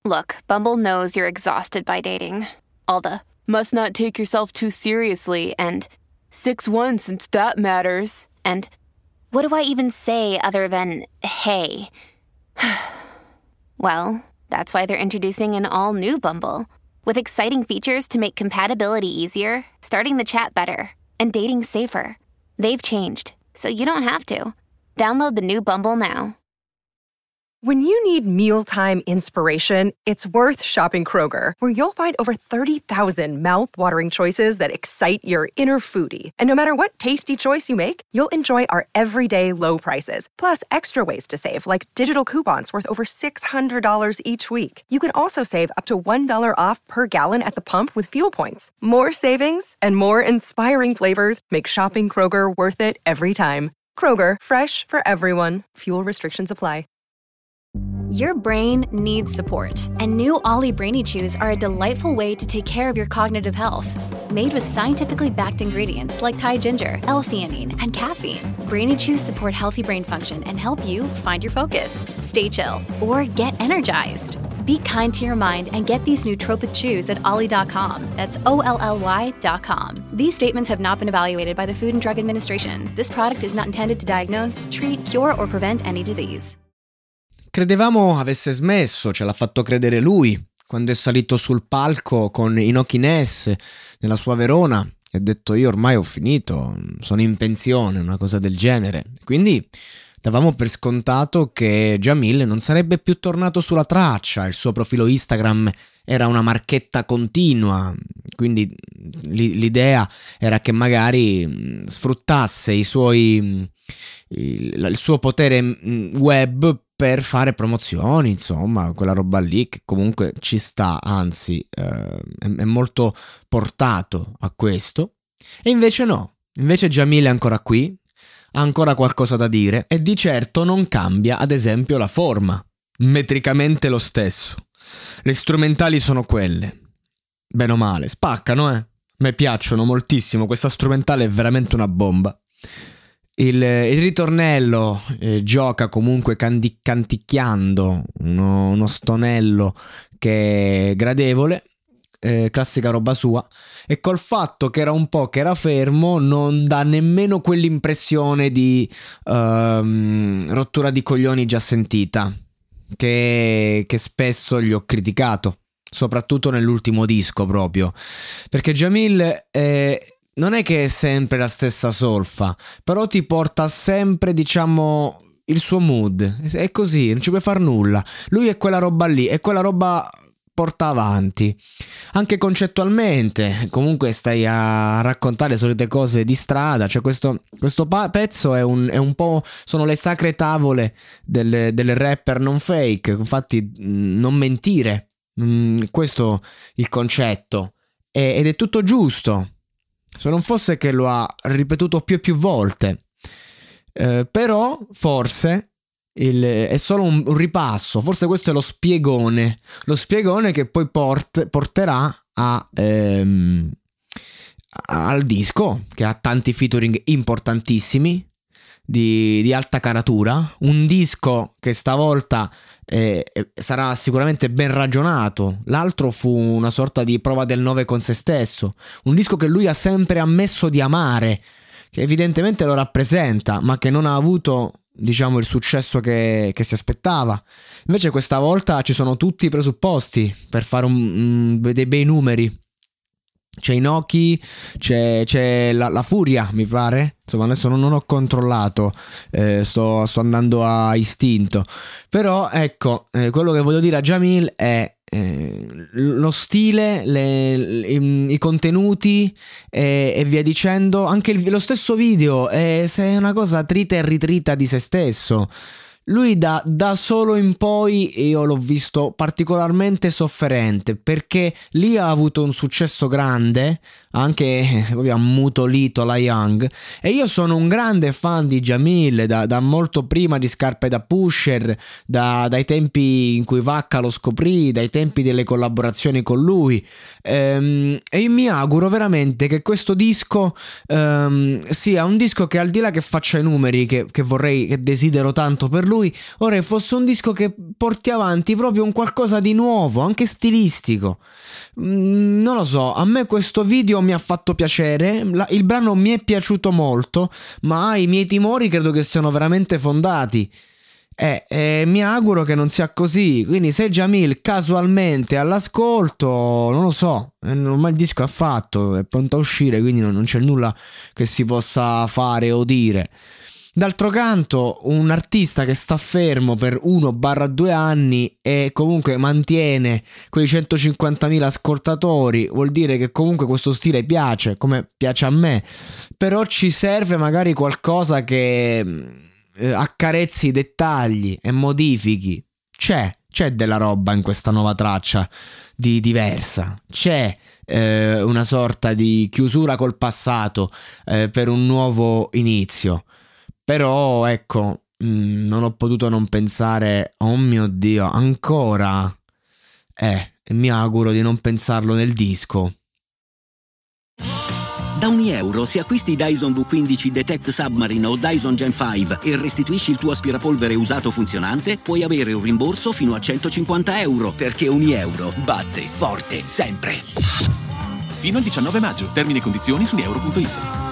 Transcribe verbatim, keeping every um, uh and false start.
Look, Bumble knows you're exhausted by dating. All the must not take yourself too seriously and six one since that matters. And what do I even say other than hey? Well, that's why they're introducing an all-new Bumble with exciting features to make compatibility easier, starting the chat better, and dating safer. They've changed, so you don't have to. Download the new Bumble now. When you need mealtime inspiration, it's worth shopping Kroger, where you'll find over thirty thousand mouth-watering choices that excite your inner foodie. And no matter what tasty choice you make, you'll enjoy our everyday low prices, plus extra ways to save, like digital coupons worth over six hundred dollars each week. You can also save up to one dollar off per gallon at the pump with fuel points. More savings and more inspiring flavors make shopping Kroger worth it every time. Kroger, fresh for everyone. Fuel restrictions apply. Your brain needs support, and new Ollie Brainy Chews are a delightful way to take care of your cognitive health. Made with scientifically backed ingredients like Thai ginger, L-theanine, and caffeine, Brainy Chews support healthy brain function and help you find your focus, stay chill, or get energized. Be kind to your mind and get these nootropic chews at ollie dot com. That's O L L Y dot com. These statements have not been evaluated by the Food and Drug Administration. This product is not intended to diagnose, treat, cure, or prevent any disease. Credevamo avesse smesso, ce l'ha fatto credere lui, quando è salito sul palco con Inoki Ness nella sua Verona e ha detto io ormai ho finito, sono in pensione, una cosa del genere. Quindi davamo per scontato che Jamil non sarebbe più tornato sulla traccia, il suo profilo Instagram era una marchetta continua, quindi l'idea era che magari sfruttasse i suoi, il, il suo potere web per fare promozioni, insomma, quella roba lì che comunque ci sta, anzi eh, è, è molto portato a questo. E invece no, invece Jamil è ancora qui, ha ancora qualcosa da dire e di certo non cambia, ad esempio, la forma, metricamente lo stesso. Le strumentali sono quelle, bene o male, spaccano, eh. Mi piacciono moltissimo, questa strumentale è veramente una bomba. Il, il ritornello eh, gioca comunque candi- canticchiando uno, uno stonello che è gradevole, eh, classica roba sua, e col fatto che era un po' che era fermo non dà nemmeno quell'impressione di um, rottura di coglioni già sentita che, che spesso gli ho criticato, soprattutto nell'ultimo disco proprio, perché Jamil è non è che è sempre la stessa solfa, però ti porta sempre, diciamo, il suo mood. È così, non ci puoi far nulla. Lui è quella roba lì, e quella roba porta avanti. Anche concettualmente, comunque stai a raccontare le solite cose di strada. Cioè questo, questo pa- pezzo è un, è un po'... sono le sacre tavole del, del rapper non fake. Infatti non mentire, mm, questo il concetto. E, ed è tutto giusto. Se non fosse che lo ha ripetuto più e più volte, eh, però forse il, è solo un, un ripasso, forse questo è lo spiegone, lo spiegone che poi port, porterà a, ehm, al disco, che ha tanti featuring importantissimi, di, di alta caratura, un disco che stavolta Eh, sarà sicuramente ben ragionato. L'altro fu una sorta di prova del nove con se stesso, un disco che lui ha sempre ammesso di amare, che evidentemente lo rappresenta, ma che non ha avuto, diciamo, il successo che, che si aspettava. Invece questa volta ci sono tutti i presupposti per fare un, un, dei bei numeri. C'è Inoki, c'è, c'è la, la Furia, mi pare. Insomma, adesso non, non ho controllato, eh, sto, sto andando a istinto. Però ecco, eh, quello che voglio dire a Jamil è eh, lo stile, le, i, i contenuti e, e via dicendo. Anche il, lo stesso video è, è una cosa trita e ritrita di se stesso. Lui da, da solo in poi io l'ho visto particolarmente sofferente, perché lì ha avuto un successo grande, anche proprio ammutolito la Young, e io sono un grande fan di Jamil da, da molto prima di Scarpe da Pusher, da, dai tempi in cui Vacca lo scoprì, dai tempi delle collaborazioni con lui, ehm, e io mi auguro veramente che questo disco ehm, sia un disco che, al di là che faccia i numeri che, che vorrei, che desidero tanto per lui, lui ora fosse un disco che porti avanti proprio un qualcosa di nuovo, anche stilistico. Mm, non lo so, a me questo video mi ha fatto piacere, la, il brano mi è piaciuto molto, ma i miei timori credo che siano veramente fondati. E eh, eh, mi auguro che non sia così. Quindi se Jamil casualmente all'ascolto, non lo so, eh, ormai il disco è fatto, è pronto a uscire, quindi non, non c'è nulla che si possa fare o dire. D'altro canto, un artista che sta fermo per uno due anni e comunque mantiene quei centocinquantamila ascoltatori, vuol dire che comunque questo stile piace, come piace a me. Però ci serve magari qualcosa che eh, accarezzi i dettagli e modifichi. C'è, c'è della roba in questa nuova traccia di diversa. C'è eh, una sorta di chiusura col passato eh, per un nuovo inizio. Però ecco, mh, non ho potuto non pensare, oh mio Dio, ancora? Eh, mi auguro di non pensarlo nel disco. Da ogni euro, se acquisti Dyson V quindici Detect Submarine o Dyson Gen cinque e restituisci il tuo aspirapolvere usato funzionante, puoi avere un rimborso fino a centocinquanta euro, perché ogni euro batte forte sempre. Fino al diciannove maggio. Termini e condizioni su euro punto it.